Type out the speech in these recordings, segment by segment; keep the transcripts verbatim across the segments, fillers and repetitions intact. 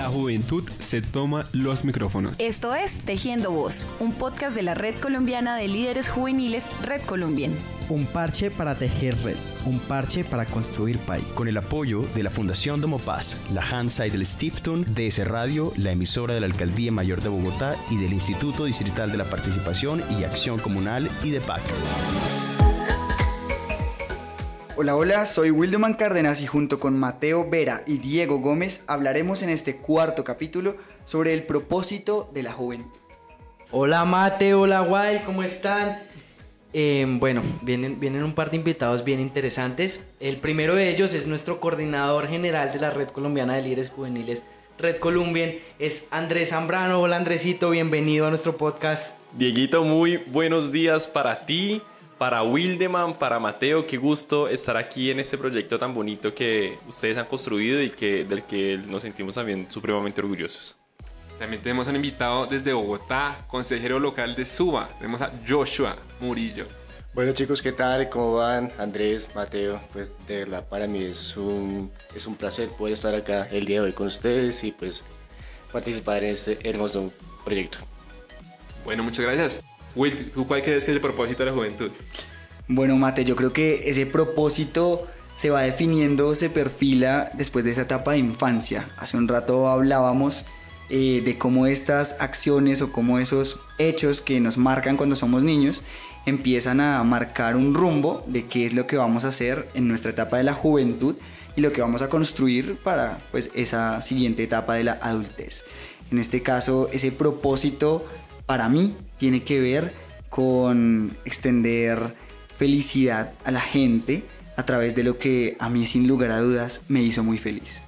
la juventud se toma los micrófonos. Esto es Tejiendo Voz, un podcast de la Red Colombiana de Líderes Juveniles Red Colombian. Un parche para tejer red, un parche para construir país. Con el apoyo de la Fundación Domo Paz, la Hansa del Stiftung, D S Radio, la emisora de la Alcaldía Mayor de Bogotá y del Instituto Distrital de la Participación y Acción Comunal y de P A C. Hola, hola, soy Wildeman Cárdenas y junto con Mateo Vera y Diego Gómez hablaremos en este cuarto capítulo sobre el propósito de la juventud. Hola Mate, hola Wild, ¿cómo están? Eh, bueno, vienen, vienen un par de invitados bien interesantes. El primero de ellos es nuestro coordinador general de la Red Colombiana de Líderes Juveniles, Red Colombian, es Andrés Zambrano. Hola Andresito, bienvenido a nuestro podcast. Dieguito, muy buenos días para ti, para Wildeman, para Mateo. Qué gusto estar aquí en este proyecto tan bonito que ustedes han construido y que, del que nos sentimos también supremamente orgullosos. También tenemos un invitado desde Bogotá, consejero local de Suba. Tenemos a Joshua Murillo. Bueno chicos, ¿qué tal? ¿Cómo van? Andrés, Mateo, pues de verdad para mí es un, es un placer poder estar acá el día de hoy con ustedes y pues participar en este hermoso proyecto. Bueno, muchas gracias. Will, ¿tú cuál crees que es el propósito de la juventud? Bueno, Mate, yo creo que ese propósito se va definiendo, se perfila después de esa etapa de infancia. Hace un rato hablábamos eh, de cómo estas acciones o cómo esos hechos que nos marcan cuando somos niños empiezan a marcar un rumbo de qué es lo que vamos a hacer en nuestra etapa de la juventud y lo que vamos a construir para pues, esa siguiente etapa de la adultez. En este caso, ese propósito para mí tiene que ver con extender felicidad a la gente a través de lo que a mí sin lugar a dudas me hizo muy feliz.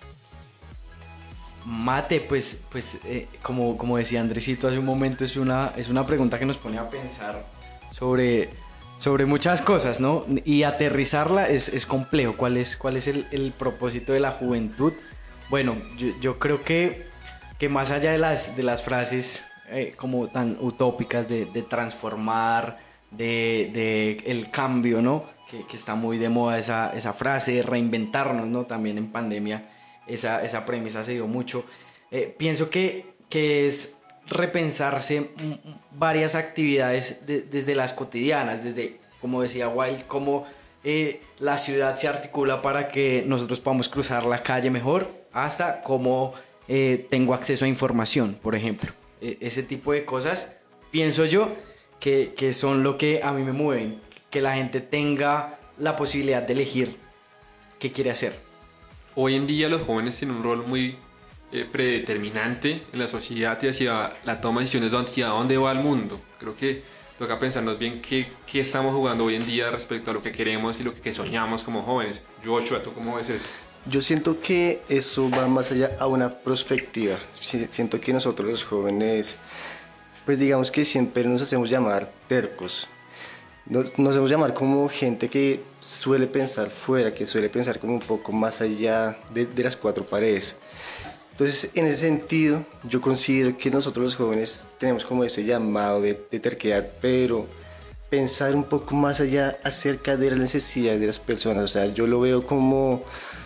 Mate, pues, pues eh, como, como decía Andresito hace un momento, es una, es una pregunta que nos pone a pensar sobre, sobre muchas cosas, ¿no? Y aterrizarla es, es complejo. ¿Cuál es, cuál es el, el propósito de la juventud? Bueno, yo, yo creo que, que más allá de las, de las frases eh, como tan utópicas de, de transformar, de, de el cambio, ¿no? Que, que está muy de moda esa, esa frase, de reinventarnos, ¿no? También en pandemia esa, esa premisa se dio mucho. Eh, pienso que, que es repensarse varias actividades de, desde las cotidianas, desde, como decía Wild, cómo eh, la ciudad se articula para que nosotros podamos cruzar la calle mejor, hasta cómo eh, tengo acceso a información, por ejemplo. Eh, ese tipo de cosas, pienso yo, que, que son lo que a mí me mueven, que la gente tenga la posibilidad de elegir qué quiere hacer. Hoy en día los jóvenes tienen un rol muy eh, predeterminante en la sociedad y hacia la toma de decisiones de hacia dónde va el mundo. Creo que toca pensarnos bien qué, qué estamos jugando hoy en día respecto a lo que queremos y lo que soñamos como jóvenes. Joshua, ¿tú cómo ves eso? Yo siento que eso va más allá a una perspectiva. Siento que nosotros los jóvenes, pues digamos que siempre nos hacemos llamar tercos. Nos, nos hacemos llamar como gente que suele pensar fuera, que suele pensar como un poco más allá de, de las cuatro paredes. Entonces, en ese sentido, yo considero que nosotros los jóvenes tenemos como ese llamado de, de terquedad, pero pensar un poco más allá acerca de las necesidades de las personas. O sea, yo lo veo como,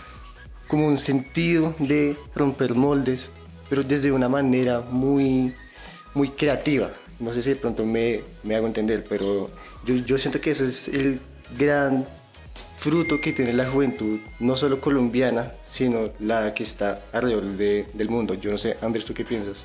como un sentido de romper moldes, pero desde una manera muy, muy creativa. No sé si de pronto me, me hago entender, pero yo, yo siento que ese es el gran fruto que tiene la juventud, no solo colombiana, sino la que está alrededor de, del mundo. Yo no sé, Andrés, ¿tú qué piensas?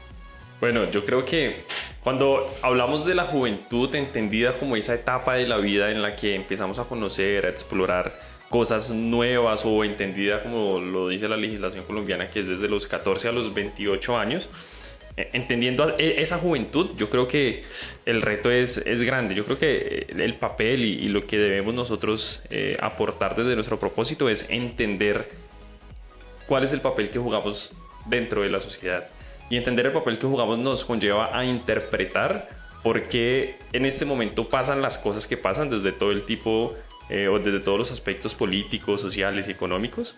Bueno, yo creo que cuando hablamos de la juventud entendida como esa etapa de la vida en la que empezamos a conocer, a explorar cosas nuevas, o entendida como lo dice la legislación colombiana, que es desde los catorce a los veintiocho años, entendiendo esa juventud, yo creo que el reto es, es grande. Yo creo que el papel y, y lo que debemos nosotros eh, aportar desde nuestro propósito es entender cuál es el papel que jugamos dentro de la sociedad. Y entender el papel que jugamos nos conlleva a interpretar por qué en este momento pasan las cosas que pasan desde todo el tipo eh, o desde todos los aspectos políticos, sociales y económicos.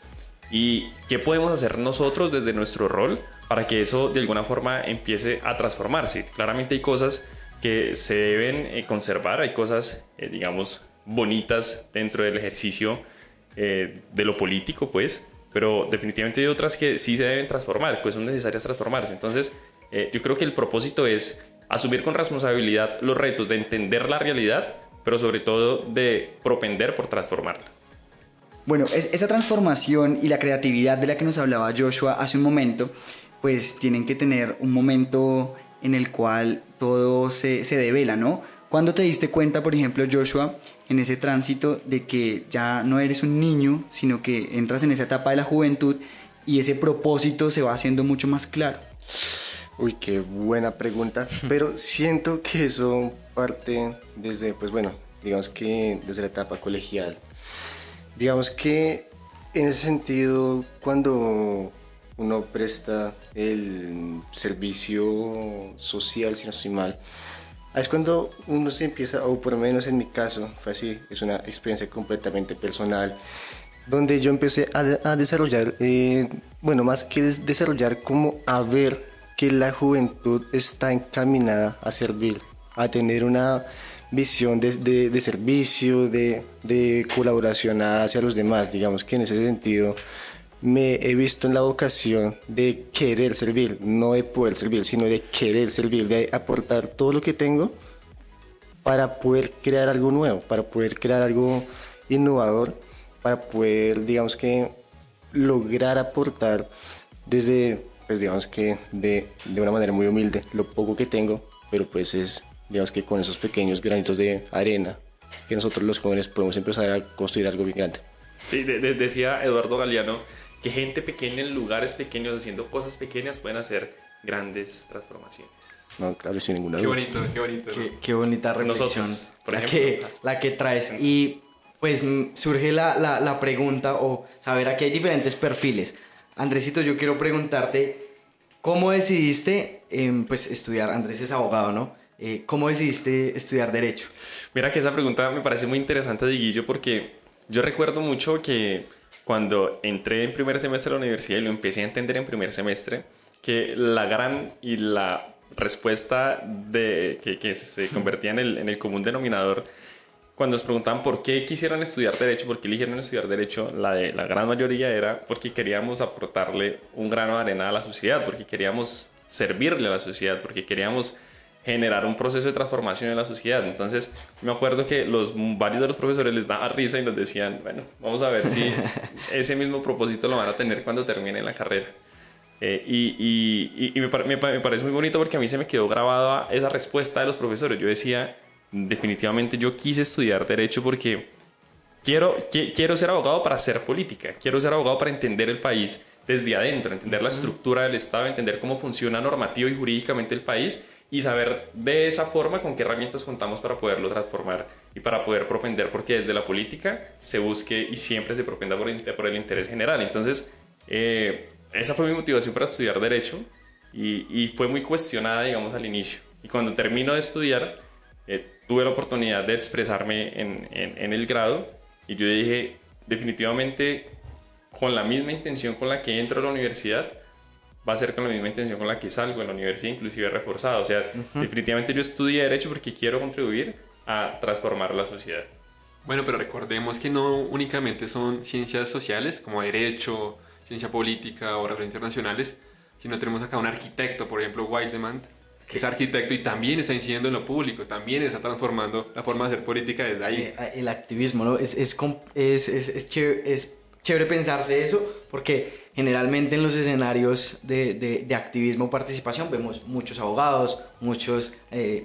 Y qué podemos hacer nosotros desde nuestro rol para que eso de alguna forma empiece a transformarse. Claramente hay cosas que se deben eh, conservar, hay cosas, eh, digamos, bonitas dentro del ejercicio eh, de lo político, pues, pero definitivamente hay otras que sí se deben transformar, que son necesarias transformarse. Entonces, eh, yo creo que el propósito es asumir con responsabilidad los retos de entender la realidad, pero sobre todo de propender por transformarla. Bueno, es, esa transformación y la creatividad de la que nos hablaba Joshua hace un momento, pues tienen que tener un momento en el cual todo se, se devela, ¿no? ¿Cuándo te diste cuenta, por ejemplo, Joshua, en ese tránsito de que ya no eres un niño, sino que entras en esa etapa de la juventud y ese propósito se va haciendo mucho más claro? Uy, qué buena pregunta, pero siento que eso parte desde, pues bueno, digamos que desde la etapa colegial. Digamos que en ese sentido, cuando uno presta el servicio social, si no estoy mal, es cuando uno se empieza, o por lo menos en mi caso fue así, es una experiencia completamente personal, donde yo empecé a, a desarrollar, eh, bueno, más que des- desarrollar, como a ver que la juventud está encaminada a servir, a tener una visión de, de, de servicio, de, de colaboración hacia los demás. Digamos que en ese sentido me he visto en la vocación de querer servir, no de poder servir, sino de querer servir, de aportar todo lo que tengo para poder crear algo nuevo, para poder crear algo innovador, para poder, digamos que, lograr aportar desde, pues digamos que de, de una manera muy humilde, lo poco que tengo, pero pues es, digamos que con esos pequeños granitos de arena que nosotros los jóvenes podemos empezar a construir algo bien grande. Sí, de, de, decía Eduardo Galeano que gente pequeña en lugares pequeños haciendo cosas pequeñas pueden hacer grandes transformaciones. No, claro, sin ninguna Qué duda. bonito, qué bonito. Qué, qué bonita reflexión Nosotros, por la, ejemplo. que, la que traes. Y pues mm, surge la, la, la pregunta o saber, aquí hay diferentes perfiles. Andresito, yo quiero preguntarte, ¿cómo decidiste eh, pues estudiar? Andrés es abogado, ¿no? Eh, ¿Cómo decidiste estudiar Derecho? Mira que esa pregunta me parece muy interesante, Diguillo, porque yo recuerdo mucho que cuando entré en primer semestre de la universidad y lo empecé a entender en primer semestre, que la gran y la respuesta de, que, que se convertía en el, en el común denominador, cuando nos preguntaban por qué quisieron estudiar Derecho, por qué eligieron estudiar Derecho, la, de, la gran mayoría era porque queríamos aportarle un grano de arena a la sociedad, porque queríamos servirle a la sociedad, porque queríamos generar un proceso de transformación en la sociedad. Entonces me acuerdo que los, varios de los profesores les daba risa y nos decían, bueno, vamos a ver si ese mismo propósito lo van a tener cuando terminen la carrera. Eh, y y, y me, me, me parece muy bonito porque a mí se me quedó grabada esa respuesta de los profesores. Yo decía, definitivamente yo quise estudiar Derecho porque quiero, qui, quiero ser abogado para hacer política, quiero ser abogado para entender el país desde adentro, entender la estructura del Estado, entender cómo funciona normativo y jurídicamente el país y saber de esa forma con qué herramientas contamos para poderlo transformar y para poder propender, porque desde la política se busque y siempre se propenda por el, por el interés general. Entonces, eh, esa fue mi motivación para estudiar Derecho y, y fue muy cuestionada, digamos, al inicio. Y cuando termino de estudiar, eh, tuve la oportunidad de expresarme en, en, en el grado y yo dije, definitivamente, con la misma intención con la que entro a la universidad, va a ser con la misma intención con la que salgo en la universidad, inclusive reforzada. O sea, uh-huh. definitivamente yo estudié Derecho porque quiero contribuir a transformar la sociedad. Bueno, pero recordemos que no únicamente son ciencias sociales, como Derecho, Ciencia Política o Relaciones Internacionales, sino tenemos acá un arquitecto, por ejemplo, Wildemand, que es arquitecto y también está incidiendo en lo público, también está transformando la forma de hacer política desde ahí. Eh, el activismo, ¿no? Es, es, es, es, es, chévere, es chévere pensarse eso, porque generalmente en los escenarios de, de, de activismo o participación vemos muchos abogados, muchos eh,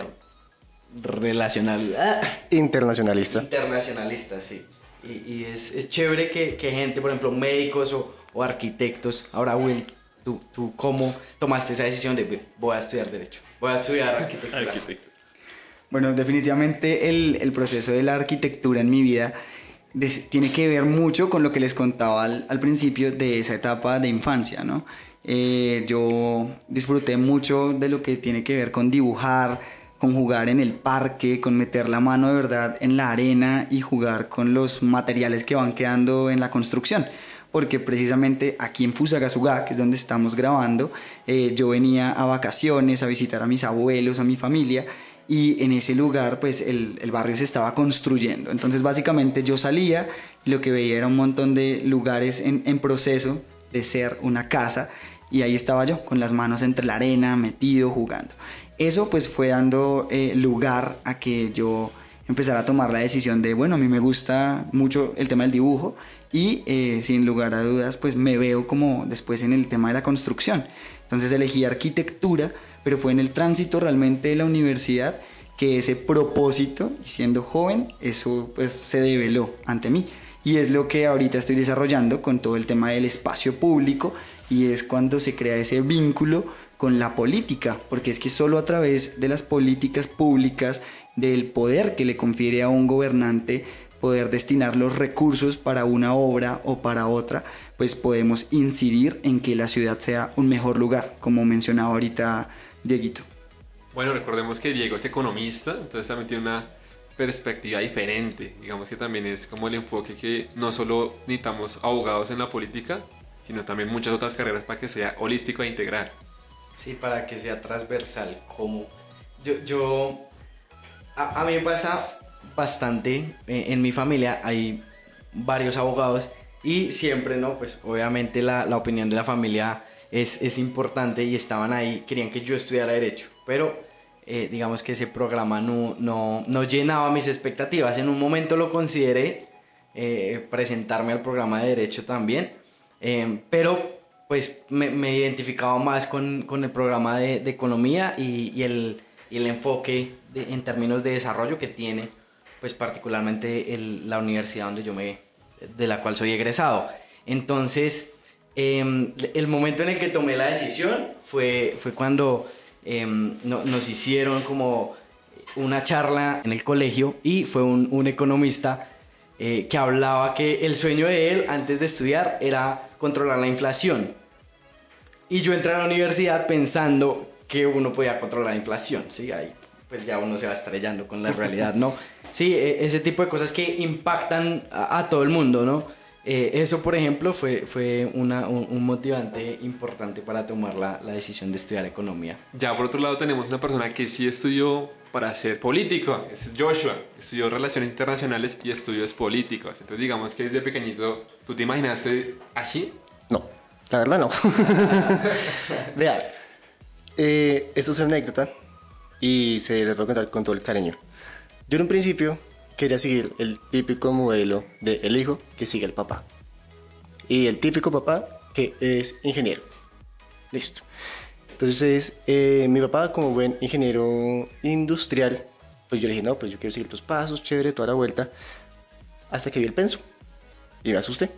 interrelacional, ah, internacionalista. internacionalistas, sí. Y, y es, es chévere que, que gente, por ejemplo, médicos o, o arquitectos. Ahora, Will, ¿tú, ¿tú cómo tomaste esa decisión de voy a estudiar Derecho, voy a estudiar arquitectura? Arquitecto. Bueno, definitivamente el, el proceso de la arquitectura en mi vida des, tiene que ver mucho con lo que les contaba al, al principio de esa etapa de infancia, ¿no? Eh, yo disfruté mucho de lo que tiene que ver con dibujar, con jugar en el parque, con meter la mano de verdad en la arena y jugar con los materiales que van quedando en la construcción. Porque precisamente aquí en Fusagasugá, que es donde estamos grabando, eh, yo venía a vacaciones, a visitar a mis abuelos, a mi familia, y en ese lugar pues el, el barrio se estaba construyendo. Entonces básicamente yo salía y lo que veía era un montón de lugares en, en proceso de ser una casa, y ahí estaba yo con las manos entre la arena, metido, jugando. Eso pues fue dando eh, lugar a que yo empezara a tomar la decisión de, bueno, a mí me gusta mucho el tema del dibujo y eh, sin lugar a dudas pues me veo como después en el tema de la construcción. Entonces elegí arquitectura, pero fue en el tránsito realmente de la universidad que ese propósito, y siendo joven, eso pues se develó ante mí. Y es lo que ahorita estoy desarrollando con todo el tema del espacio público, y es cuando se crea ese vínculo con la política, porque es que solo a través de las políticas públicas, del poder que le confiere a un gobernante poder destinar los recursos para una obra o para otra, pues podemos incidir en que la ciudad sea un mejor lugar, como mencionaba ahorita Dieguito. Bueno, recordemos que Diego es economista, entonces también tiene una perspectiva diferente. Digamos que también es como el enfoque que no solo necesitamos abogados en la política, sino también muchas otras carreras para que sea holístico e integral. Sí, para que sea transversal. Como yo, yo a, a mí me pasa bastante, eh, en mi familia hay varios abogados y siempre, ¿no? Pues obviamente la, la opinión de la familia es, es importante, y estaban ahí, querían que yo estudiara Derecho, pero eh, digamos que ese programa no, no, no llenaba mis expectativas. En un momento lo consideré, eh, presentarme al programa de Derecho también, eh, pero pues me, me identificaba más con, con el programa de, de Economía y, y, el, y el enfoque de, en términos de desarrollo que tiene, pues particularmente el, la universidad donde yo me, de la cual soy egresado. Entonces, eh, el momento en el que tomé la decisión fue, fue cuando eh, no, nos hicieron como una charla en el colegio, y fue un, un economista eh, que hablaba que el sueño de él antes de estudiar era controlar la inflación. Y yo entré a la universidad pensando que uno podía controlar la inflación, ¿sí? Ahí pues ya uno se va estrellando con la realidad, ¿no? Sí, ese tipo de cosas que impactan a, a todo el mundo, ¿no? Eh, eso, por ejemplo, fue, fue una, un, un motivante importante para tomar la, la decisión de estudiar economía. Ya por otro lado tenemos una persona que sí estudió para ser político, es Joshua, estudió Relaciones Internacionales y Estudios Políticos. Entonces digamos que desde pequeñito, ¿tú te imaginaste así? No, la verdad no. Vean, eh, esto es una anécdota y se les voy a contar con todo el cariño. Yo en un principio quería seguir el típico modelo de el hijo que sigue al papá. Y el típico papá que es ingeniero. Listo. Entonces, eh, mi papá, como buen ingeniero industrial, pues yo le dije, no, pues yo quiero seguir tus pasos, chévere, toda la vuelta. Hasta que vi el pensum y me asusté.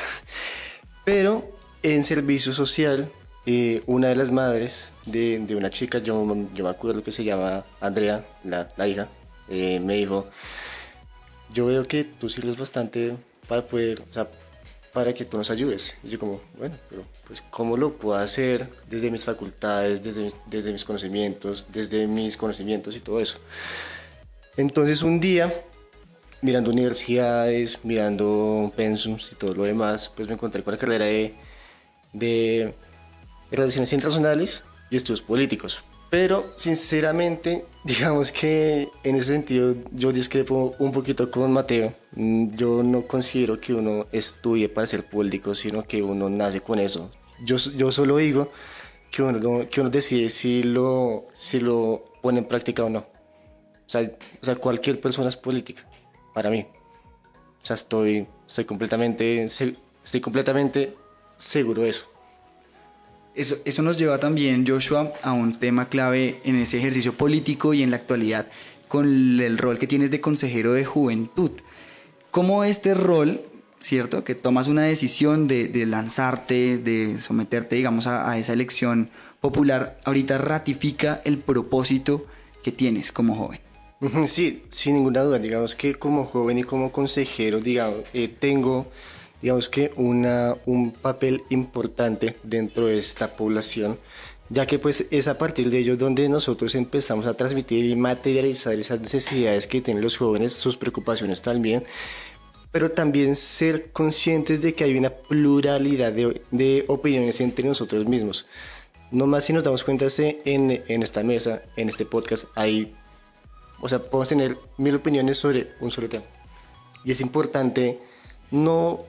Pero en servicio social, eh, una de las madres de, de una chica, yo, yo me acuerdo que se llama Andrea, la, la hija, eh, me dijo, yo veo que tú sirves bastante para poder, o sea, para que tú nos ayudes. Y yo como, bueno, pero pues ¿cómo lo puedo hacer desde mis facultades, desde mis, desde mis conocimientos, desde mis conocimientos y todo eso? Entonces un día, mirando universidades, mirando pensums y todo lo demás, pues me encontré con la carrera de, de Relaciones Internacionales y Estudios Políticos. Pero sinceramente, digamos que en ese sentido yo discrepo un poquito con Mateo. Yo no considero que uno estudie para ser político, sino que uno nace con eso. Yo, yo solo digo que uno, que uno decide si lo, si lo pone en práctica o no. O sea, o sea, cualquier persona es política, para mí. O sea, estoy, estoy, completamente, estoy completamente seguro de eso. Eso, eso nos lleva también, Joshua, a un tema clave en ese ejercicio político y en la actualidad, con el rol que tienes de consejero de juventud. ¿Cómo este rol, cierto, que tomas una decisión de, de lanzarte, de someterte, digamos, a, a esa elección popular, ahorita ratifica el propósito que tienes como joven? Sí, sin ninguna duda. Digamos que como joven y como consejero, digamos, eh, tengo... digamos que una, un papel importante dentro de esta población, ya que pues es a partir de ello donde nosotros empezamos a transmitir y materializar esas necesidades que tienen los jóvenes, sus preocupaciones también, pero también ser conscientes de que hay una pluralidad de, de opiniones entre nosotros mismos. No más si nos damos cuenta en, en esta mesa, en este podcast, hay O sea, podemos tener mil opiniones sobre un solo tema. Y es importante no,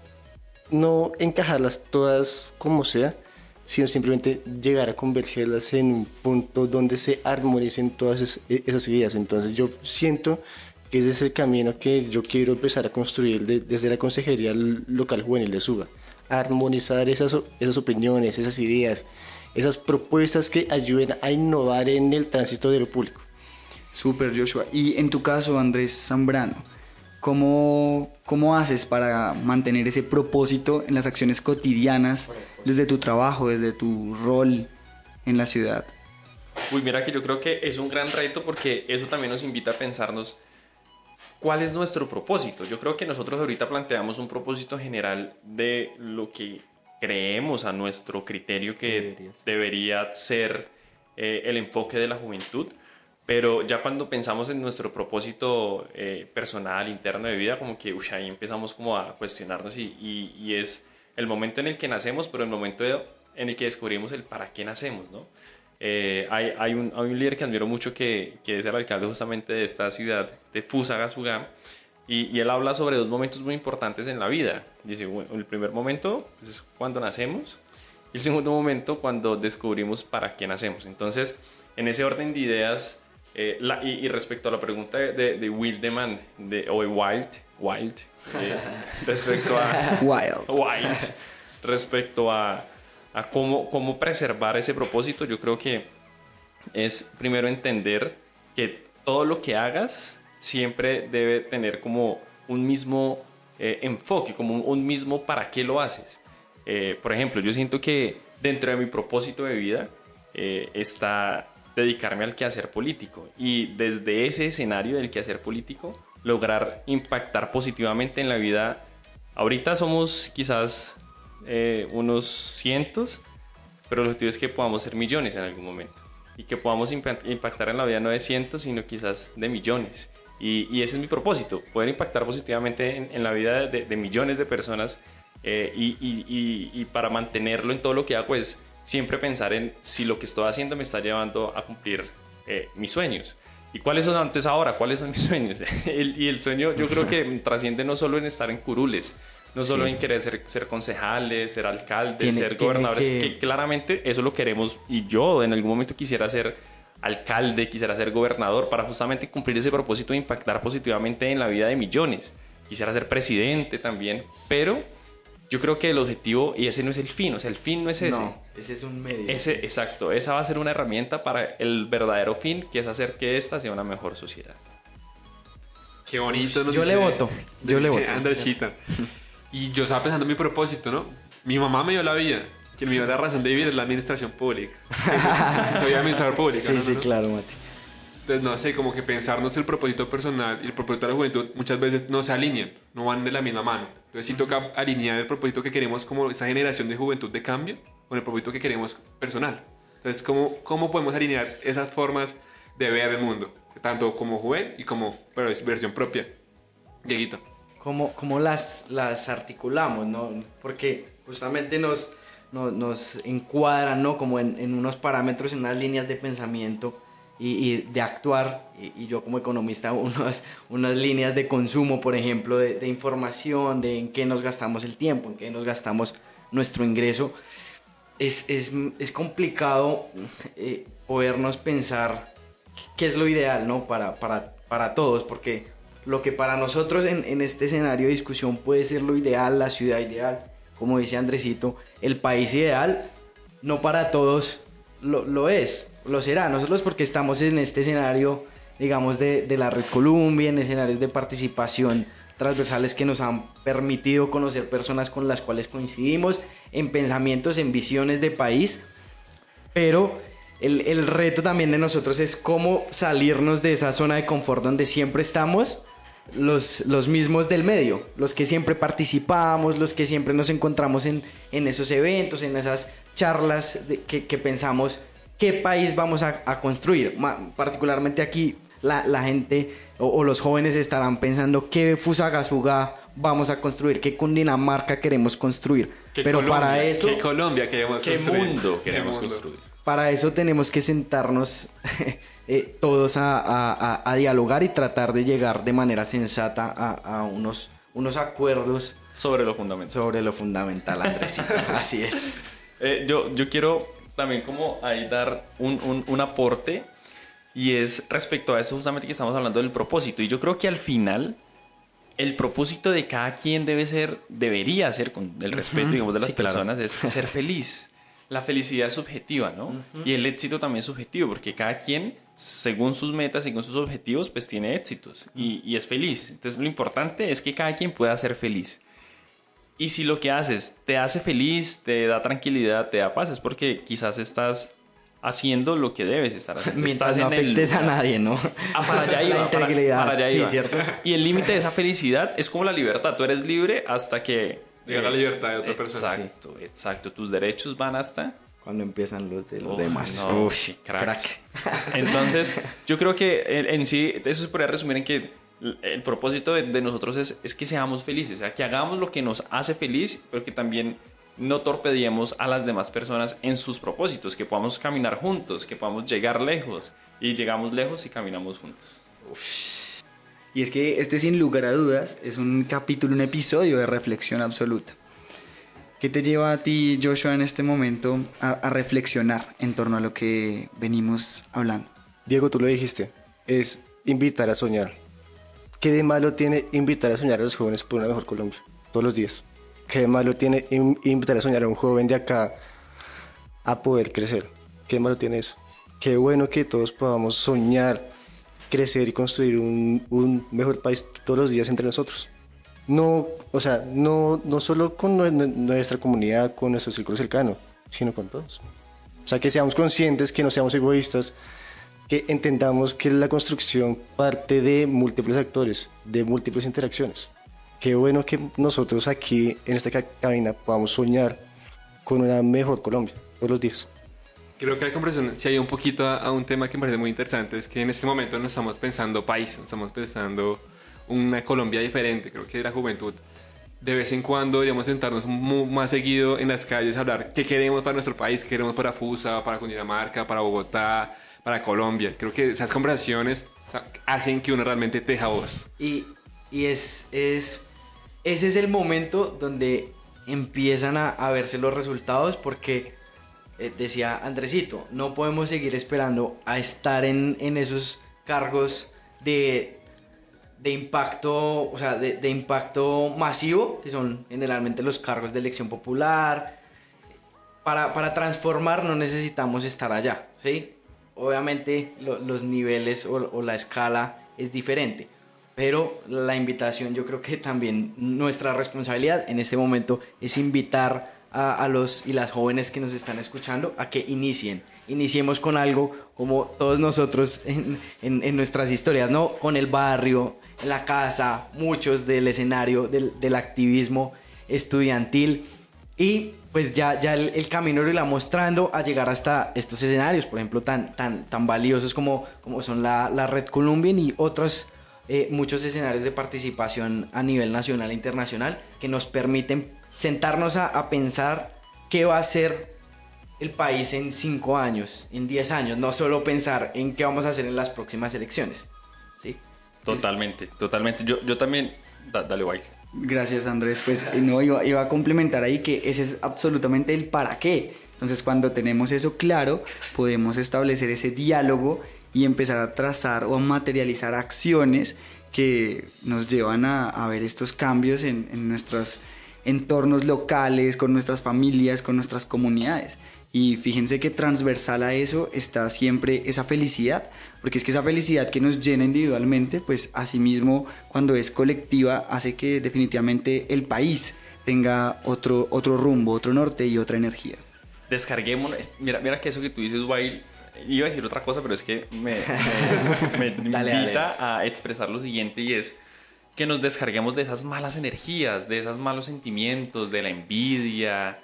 no encajarlas todas como sea, sino simplemente llegar a convergerlas en un punto donde se armonicen todas es, esas ideas. Entonces yo siento que ese es el camino que yo quiero empezar a construir de, desde la Consejería Local Juvenil de Suba. Armonizar esas, esas opiniones, esas ideas, esas propuestas que ayuden a innovar en el tránsito de lo público. Súper, Joshua. Y en tu caso, Andrés Zambrano, ¿cómo, ¿cómo haces para mantener ese propósito en las acciones cotidianas desde tu trabajo, desde tu rol en la ciudad? Uy, mira que yo creo que es un gran reto porque eso también nos invita a pensarnos cuál es nuestro propósito. Yo creo que nosotros ahorita planteamos un propósito general de lo que creemos a nuestro criterio que Deberías. debería ser eh, el enfoque de la juventud. Pero ya cuando pensamos en nuestro propósito eh, personal, interno de vida, como que uy, ahí empezamos como a cuestionarnos y, y, y es el momento en el que nacemos, pero el momento de, en el que descubrimos el para qué nacemos, ¿no? Eh, hay, hay, un, hay un líder que admiro mucho que, que es el alcalde justamente de esta ciudad, de Fusagasugá, y, y él habla sobre dos momentos muy importantes en la vida. Dice, bueno, el primer momento pues, es cuando nacemos y el segundo momento cuando descubrimos para qué nacemos. Entonces, en ese orden de ideas... Eh, la, y, y respecto a la pregunta de, de, de Wildeman de, o de Wild, Wild eh, respecto a Wild, Wild respecto a, a cómo, cómo preservar ese propósito, yo creo que es primero entender que todo lo que hagas siempre debe tener como un mismo eh, enfoque, como un, un mismo para qué lo haces. Eh, por ejemplo, yo siento que dentro de mi propósito de vida eh, está dedicarme al quehacer político y desde ese escenario del quehacer político lograr impactar positivamente en la vida. Ahorita somos quizás eh, unos cientos, pero el objetivo es que podamos ser millones en algún momento y que podamos impactar en la vida no de cientos, sino quizás de millones. Y, y ese es mi propósito, poder impactar positivamente en, en la vida de, de millones de personas eh, y, y, y, y para mantenerlo en todo lo que hago es siempre pensar en si lo que estoy haciendo me está llevando a cumplir eh, mis sueños. ¿Y cuáles son antes ahora? ¿Cuáles son mis sueños? el, y el sueño yo creo que trasciende no solo en estar en curules, no solo sí. en querer ser, ser concejales, ser alcaldes, tiene, ser gobernadores, que... que claramente eso lo queremos y yo en algún momento quisiera ser alcalde, quisiera ser gobernador para justamente cumplir ese propósito de impactar positivamente en la vida de millones. Quisiera ser presidente también, pero yo creo que el objetivo, y ese no es el fin, o sea, el fin no es ese. No, ese es un medio. Ese, exacto, esa va a ser una herramienta para el verdadero fin, que es hacer que esta sea una mejor sociedad. Qué bonito. Yo le voto, yo le voto. Andresita. Y yo estaba pensando en mi propósito, ¿no? Mi mamá me dio la vida, quien me dio la razón de vivir es la administración pública. Soy administrador público. Sí, ¿no? sí, ¿no? claro, Mati. Entonces, no sé, como que pensarnos el propósito personal y el propósito de la juventud muchas veces no se alinean, no van de la misma mano. Entonces sí toca alinear el propósito que queremos como esa generación de juventud de cambio con el propósito que queremos personal. Entonces, ¿cómo, cómo podemos alinear esas formas de ver el mundo? Tanto como joven y como pero es versión propia. Dieguito. ¿Cómo, cómo las, las articulamos, no? Porque justamente nos, nos, nos encuadran, ¿no? Como en, en unos parámetros, en unas líneas de pensamiento y, y de actuar, y, y yo como economista unas, unas líneas de consumo, por ejemplo, de, de información, de en qué nos gastamos el tiempo, en qué nos gastamos nuestro ingreso. Es, es, es complicado eh, podernos pensar qué es lo ideal, ¿no? para, para, para todos, porque lo que para nosotros en, en este escenario de discusión puede ser lo ideal, la ciudad ideal, como dice Andresito, el país ideal, no para todos lo, lo es, lo será. Nosotros porque estamos en este escenario, digamos, de, de la Red Columbia, en escenarios de participación transversales que nos han permitido conocer personas con las cuales coincidimos en pensamientos, en visiones de país, pero el, el reto también de nosotros es cómo salirnos de esa zona de confort donde siempre estamos los, los mismos del medio, los que siempre participamos, los que siempre nos encontramos en, en esos eventos, en esas charlas de, que, que pensamos qué país vamos a, a construir. Ma, particularmente aquí la, la gente o, o los jóvenes estarán pensando qué Fusagasugá vamos a construir, qué Cundinamarca queremos construir. Pero Colombia, para eso... ¿Qué Colombia queremos ¿Qué construir? mundo queremos ¿Qué mundo? construir? Para eso tenemos que sentarnos eh, todos a, a, a, a dialogar y tratar de llegar de manera sensata a, a unos, unos acuerdos Sobre lo fundamental. sobre lo fundamental, Andresito. Así es. Eh, yo, yo quiero también como ahí dar un, un, un aporte, y es respecto a eso justamente que estamos hablando del propósito. Y yo creo que al final el propósito de cada quien debe ser, debería ser, con el respeto, uh-huh, digamos, de las sí, claro. personas, es ser feliz. La felicidad es subjetiva, ¿no? Uh-huh. Y el éxito también es subjetivo, porque cada quien, según sus metas, según sus objetivos, pues tiene éxitos y, y es feliz. Entonces lo importante es que cada quien pueda ser feliz. Y si lo que haces te hace feliz, te da tranquilidad, te da paz, es porque quizás estás haciendo lo que debes estar haciendo. Mientras estás no afectes a nadie, ¿no? Ah, para allá iba. La integridad. Para, para allá sí, iba. cierto. Y el límite de esa felicidad es como la libertad. Tú eres libre hasta que... Llega eh, la libertad de otra persona. Exacto, sí. exacto. Tus derechos van hasta... Cuando empiezan los de los Uf, demás. no, Uf, sí, crack. crack. Entonces, yo creo que en, en sí, eso se podría resumir en que el propósito de, de nosotros es, es que seamos felices, o sea, que hagamos lo que nos hace feliz, pero que también no torpediemos a las demás personas en sus propósitos, que podamos caminar juntos, que podamos llegar lejos, y llegamos lejos y caminamos juntos. Uf. Y es que este, sin lugar a dudas, es un capítulo, un episodio de reflexión absoluta. ¿Qué te lleva a ti, Joshua, en este momento a, a reflexionar en torno a lo que venimos hablando? Diego, tú lo dijiste, es invitar a soñar. ¿Qué de malo tiene invitar a soñar a los jóvenes por una mejor Colombia todos los días? ¿Qué de malo tiene in- invitar a soñar a un joven de acá a poder crecer? ¿Qué de malo tiene eso? Qué bueno que todos podamos soñar, crecer y construir un, un mejor país todos los días entre nosotros. No, o sea, no, no solo con nuestra comunidad, con nuestro círculo cercano, sino con todos. O sea, que seamos conscientes, que no seamos egoístas, que entendamos que la construcción parte de múltiples actores, de múltiples interacciones. Qué bueno que nosotros aquí en esta cabina podamos soñar con una mejor Colombia todos los días. Creo que la conversación se ha ido un poquito a, a un tema que me parece muy interesante, es que en este momento no estamos pensando país, no estamos pensando una Colombia diferente. Creo que la juventud de vez en cuando deberíamos sentarnos mu- más seguido en las calles a hablar qué queremos para nuestro país, qué queremos para Fusa, para Cundinamarca, para Bogotá, para Colombia. Creo que esas conversaciones hacen que uno realmente teja voz. Y, y es, es, ese es el momento donde empiezan a, a verse los resultados, porque eh, decía Andresito, no podemos seguir esperando a estar en, en esos cargos de, de impacto, o sea, de, de impacto masivo, que son generalmente los cargos de elección popular. Para, para transformar no necesitamos estar allá, ¿sí? Obviamente lo, los niveles o, o la escala es diferente, pero la invitación, yo creo que también nuestra responsabilidad en este momento es invitar a, a los y las jóvenes que nos están escuchando a que inicien. Iniciemos con algo como todos nosotros en, en, en nuestras historias, ¿no? Con el barrio, en la casa, muchos del escenario del, del activismo estudiantil, y pues ya, ya el, el camino lo irá mostrando a llegar hasta estos escenarios, por ejemplo, tan, tan, tan valiosos como, como son la, la Red Colombian y otros eh, muchos escenarios de participación a nivel nacional e internacional que nos permiten sentarnos a, a pensar qué va a ser el país en cinco años, en diez años, no solo pensar en qué vamos a hacer en las próximas elecciones, ¿sí? Totalmente, totalmente. Yo, yo también... Da, dale, guay. Gracias, Andrés. Pues no, iba, iba a complementar ahí que ese es absolutamente el para qué. Entonces, cuando tenemos eso claro, podemos establecer ese diálogo y empezar a trazar o a materializar acciones que nos llevan a, a ver estos cambios en, en nuestros entornos locales, con nuestras familias, con nuestras comunidades. Y fíjense que transversal a eso está siempre esa felicidad, porque es que esa felicidad que nos llena individualmente, pues asimismo cuando es colectiva hace que definitivamente el país tenga otro, otro rumbo, otro norte y otra energía. Descarguémonos. Mira, mira que eso que tú dices, Wail, iba a decir otra cosa, pero es que me, me, me Dale, invita dale. a expresar lo siguiente, y es que nos descarguemos de esas malas energías, de esos malos sentimientos, de la envidia,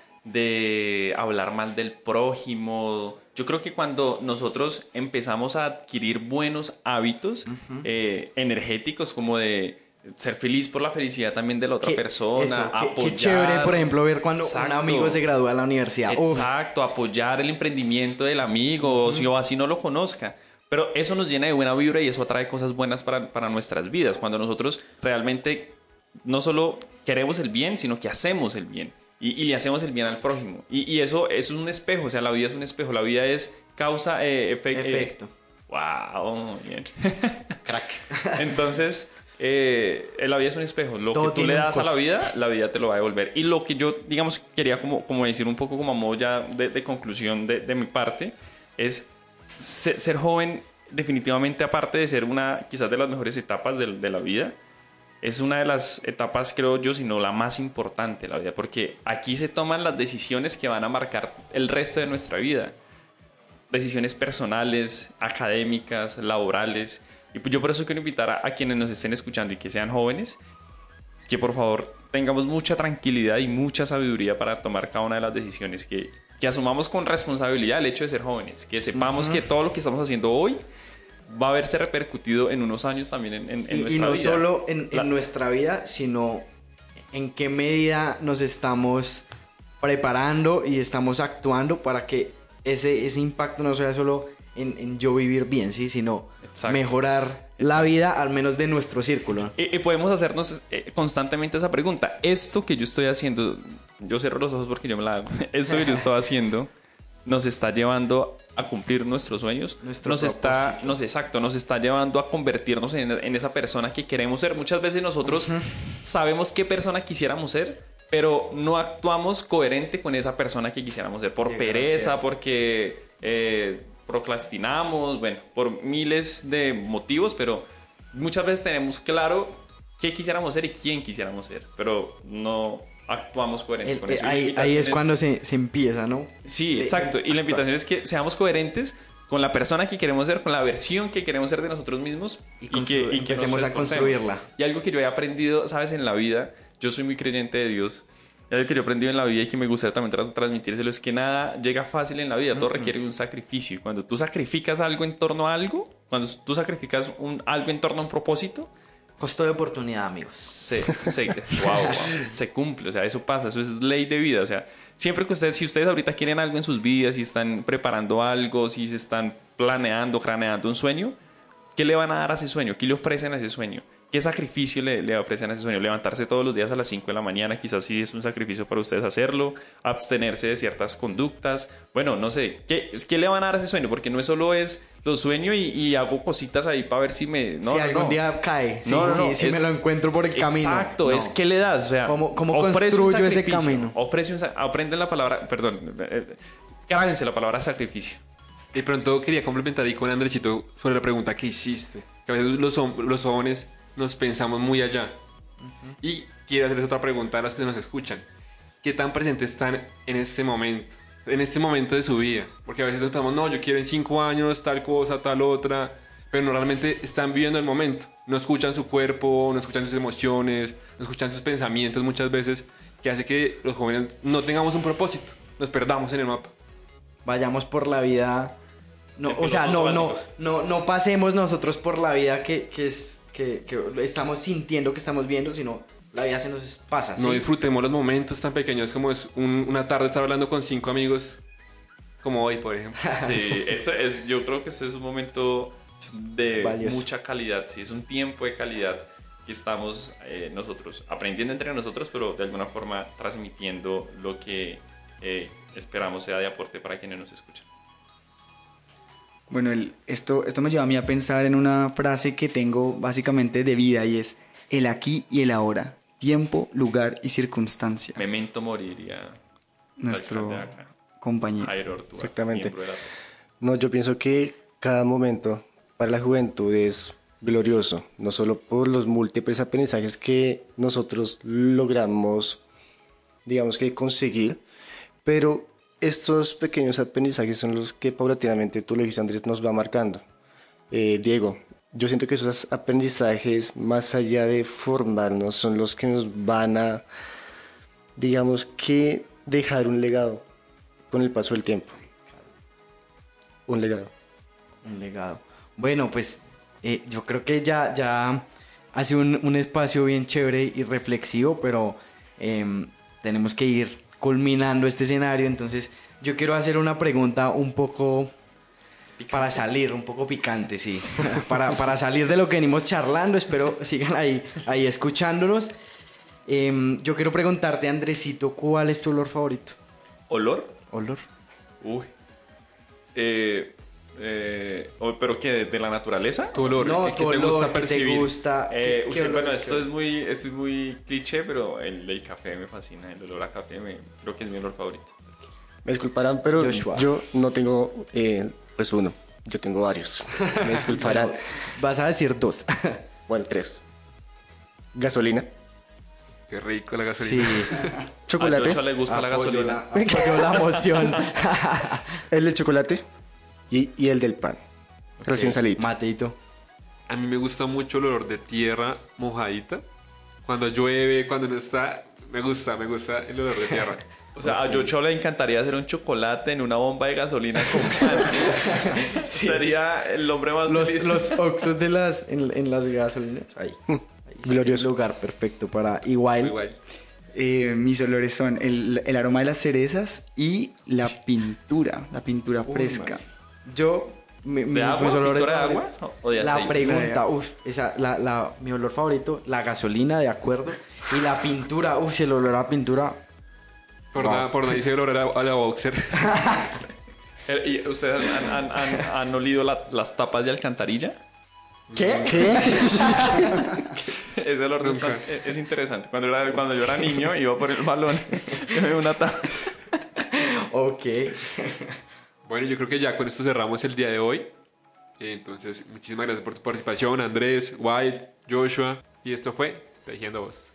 de hablar mal del prójimo. Yo creo que cuando nosotros empezamos a adquirir buenos hábitos uh-huh. eh, energéticos, como de ser feliz por la felicidad también de la otra Qué- persona, eso, qué- apoyar. Qué chévere, por ejemplo, ver cuando Exacto. un amigo se gradúa de la universidad. Uf. Exacto, apoyar el emprendimiento del amigo, uh-huh. o si o así no lo conozca. Pero eso nos llena de buena vibra y eso atrae cosas buenas para, para nuestras vidas. Cuando nosotros realmente no solo queremos el bien, sino que hacemos el bien. Y, y le hacemos el bien al prójimo. Y, y eso, eso es un espejo. O sea, la vida es un espejo. La vida es causa, eh, efe- Efecto. Eh, wow, muy bien. Crack. Entonces, eh, la vida es un espejo. Lo Todo que tú le tiene un das a la costo. vida, la vida te lo va a devolver. Y lo que yo, digamos, quería como, como decir un poco como a modo ya de, de conclusión de, de mi parte, es ser, ser joven definitivamente, aparte de ser una quizás de las mejores etapas de, de la vida, es una de las etapas, creo yo, si no la más importante de la vida, porque aquí se toman las decisiones que van a marcar el resto de nuestra vida. Decisiones personales, académicas, laborales. Y pues yo por eso quiero invitar a, a quienes nos estén escuchando y que sean jóvenes, que por favor tengamos mucha tranquilidad y mucha sabiduría para tomar cada una de las decisiones, que, que asumamos con responsabilidad el hecho de ser jóvenes, que sepamos uh-huh. que todo lo que estamos haciendo hoy va a verse repercutido en unos años también en, en, en y, nuestra y no vida. solo en, La... en nuestra vida, sino en qué medida nos estamos preparando y estamos actuando para que ese, ese impacto no sea solo en, en yo vivir bien, ¿sí? Sino Exacto. mejorar Exacto. la vida al menos de nuestro círculo. Y, y podemos hacernos eh, constantemente esa pregunta. Esto que yo estoy haciendo, yo cierro los ojos porque yo me la hago, esto que yo estoy haciendo nos está llevando a cumplir nuestros sueños, Nuestro nos propósito. está, nos exacto, nos está llevando a convertirnos en, en esa persona que queremos ser. Muchas veces nosotros uh-huh. sabemos qué persona quisiéramos ser, pero no actuamos coherente con esa persona que quisiéramos ser, por Qué pereza, gracia. porque eh, procrastinamos, bueno, por miles de motivos, pero muchas veces tenemos claro qué quisiéramos ser y quién quisiéramos ser, pero no actuamos coherentes El, con eso. Ahí, ahí es cuando se, se empieza, ¿no? Sí, exacto. Y la invitación es que seamos coherentes con la persona que queremos ser, con la versión que queremos ser de nosotros mismos y, y que, y que empecemos a construirla. Y algo que yo he aprendido, ¿sabes? En la vida, yo soy muy creyente de Dios. Y algo que yo he aprendido en la vida y que me gustaría también tras, transmitírselo es que nada llega fácil en la vida, todo uh-huh. requiere un sacrificio. Y cuando tú sacrificas algo en torno a algo, cuando tú sacrificas un, algo en torno a un propósito, costo de oportunidad, amigos. Se, se, wow, wow, se cumple, o sea, eso pasa, eso es ley de vida. O sea, siempre que ustedes, si ustedes ahorita quieren algo en sus vidas, si están preparando algo, si se están planeando, craneando un sueño, ¿qué le van a dar a ese sueño? ¿Qué le ofrecen a ese sueño? ¿Qué sacrificio le, le ofrecen a ese sueño? Levantarse todos los días a las cinco de la mañana, quizás sí es un sacrificio para ustedes hacerlo, abstenerse de ciertas conductas, bueno, no sé, ¿qué, qué le van a dar a ese sueño? Porque no es solo es lo sueño y, y hago cositas ahí para ver si me... No, si no, algún no. día cae, sí, no, no, sí, no, si es, me lo encuentro por el camino. Exacto, no. es ¿qué le das? O sea, ¿Cómo, cómo construyo ese camino? Ofrece un, aprenden la palabra, perdón, eh, grábense la palabra sacrificio. De pronto quería complementar ahí con Andresito sobre la pregunta que hiciste. Que a veces los, los jóvenes nos pensamos muy allá. Uh-huh. Y quiero hacerles otra pregunta a los que nos escuchan. ¿Qué tan presentes están en este momento? En este momento de su vida. Porque a veces estamos, no, yo quiero en cinco años tal cosa, tal otra. Pero no, realmente están viviendo el momento. No escuchan su cuerpo, no escuchan sus emociones, no escuchan sus pensamientos muchas veces. Que hace que los jóvenes no tengamos un propósito. Nos perdamos en el mapa. Vayamos por la vida... No, o sea, no, no, no, no pasemos nosotros por la vida que, que, es, que, que estamos sintiendo, que estamos viendo, sino la vida se nos pasa. No ¿sí? disfrutemos los momentos tan pequeños como es un, una tarde estar hablando con cinco amigos, como hoy, por ejemplo. Sí, eso es, yo creo que ese es un momento de Valioso. Mucha calidad, sí, es un tiempo de calidad que estamos eh, nosotros aprendiendo entre nosotros, pero de alguna forma transmitiendo lo que eh, esperamos sea de aporte para quienes nos escuchan. Bueno, el, esto, esto me lleva a mí a pensar en una frase que tengo básicamente de vida y es el aquí y el ahora, tiempo, lugar y circunstancia. Memento moriría nuestro compañero. Jairo Ortúa, exactamente. No, yo pienso que cada momento para la juventud es glorioso, no solo por los múltiples aprendizajes que nosotros logramos, digamos que conseguir, pero estos pequeños aprendizajes son los que paulatinamente, tú lo dijiste, Andrés, nos va marcando. Eh, Diego, yo siento que esos aprendizajes, más allá de formarnos, son los que nos van a, digamos que, dejar un legado con el paso del tiempo. Un legado. Un legado. Bueno, pues eh, yo creo que ya, ya ha sido un, un espacio bien chévere y reflexivo, pero eh, tenemos que ir culminando este escenario. Entonces yo quiero hacer una pregunta un poco Para salir, un poco picante, sí. para, para salir de lo que venimos charlando, espero sigan ahí, ahí escuchándonos. Eh, yo quiero preguntarte, Andresito, ¿cuál es tu olor favorito? ¿Olor? ¿Olor? Uy. Eh, eh, oh, ¿Pero qué? ¿De la naturaleza? Tu olor, No, ¿qué, tu qué te olor, gusta ¿qué te percibir? gusta? Eh, ¿Qué- uy, qué olor bueno, es esto que- es muy, esto es muy cliché, pero el, el café me fascina. El olor a café me, creo que es mi olor favorito. Me disculparán, pero Joshua. yo no tengo eh, pues uno, yo tengo varios. Me disculparán. Vas a decir dos. Bueno, tres. Gasolina, Qué rico la Sí. gasolina. chocolate, A Joshua le gusta la Apoyo gasolina. la- apoyo la emoción. el del chocolate y, y el del pan. Recién salido. Mateito. A mí me gusta mucho el olor de tierra mojadita. Cuando llueve, cuando no está, me gusta, me gusta el olor de tierra. O sea, a Joshua le encantaría hacer un chocolate en una bomba de gasolina con pan. Sería el hombre más Los, feliz. los oxos de las, en, en las gasolineras. Ahí. Ahí es Glorioso. el lugar perfecto para igual. Igual. Eh, mis olores son el, el aroma de las cerezas y la pintura, la pintura fresca. Yo, mi, mi- ¿De agua? mis olores ¿Pintura de favoritos- agua o de La aceite? pregunta, uff, esa, la, la, mi olor favorito, la gasolina, de acuerdo. Y la pintura, uff, el olor a pintura. Por, Wow. nada, por nada dice el olor a la, a la boxer. Eh, ¿Y ustedes han, han- han- han olido la- las tapas de alcantarilla? ¿Qué? Ese olor de Nunca. esta- es, es interesante. Cuando, era, cuando yo era niño, iba por el balón y me dio una tapa. Ok. Bueno, yo creo que ya con esto cerramos el día de hoy. Eh, Entonces, muchísimas gracias por tu participación, Andrés, White, Joshua. Y esto fue Tejiendo Voz.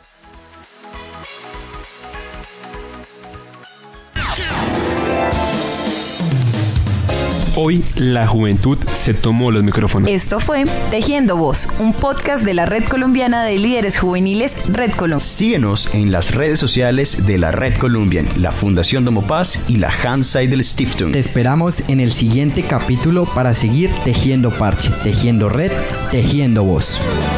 Hoy la juventud se tomó los micrófonos. Esto fue Tejiendo Voz, un podcast de la Red Colombiana de Líderes Juveniles, Red Colombia. Síguenos en las redes sociales de la Red Colombian, la Fundación Domopaz y la Hanseidel Stiftung. Te esperamos en el siguiente capítulo para seguir tejiendo parche, tejiendo red, tejiendo voz.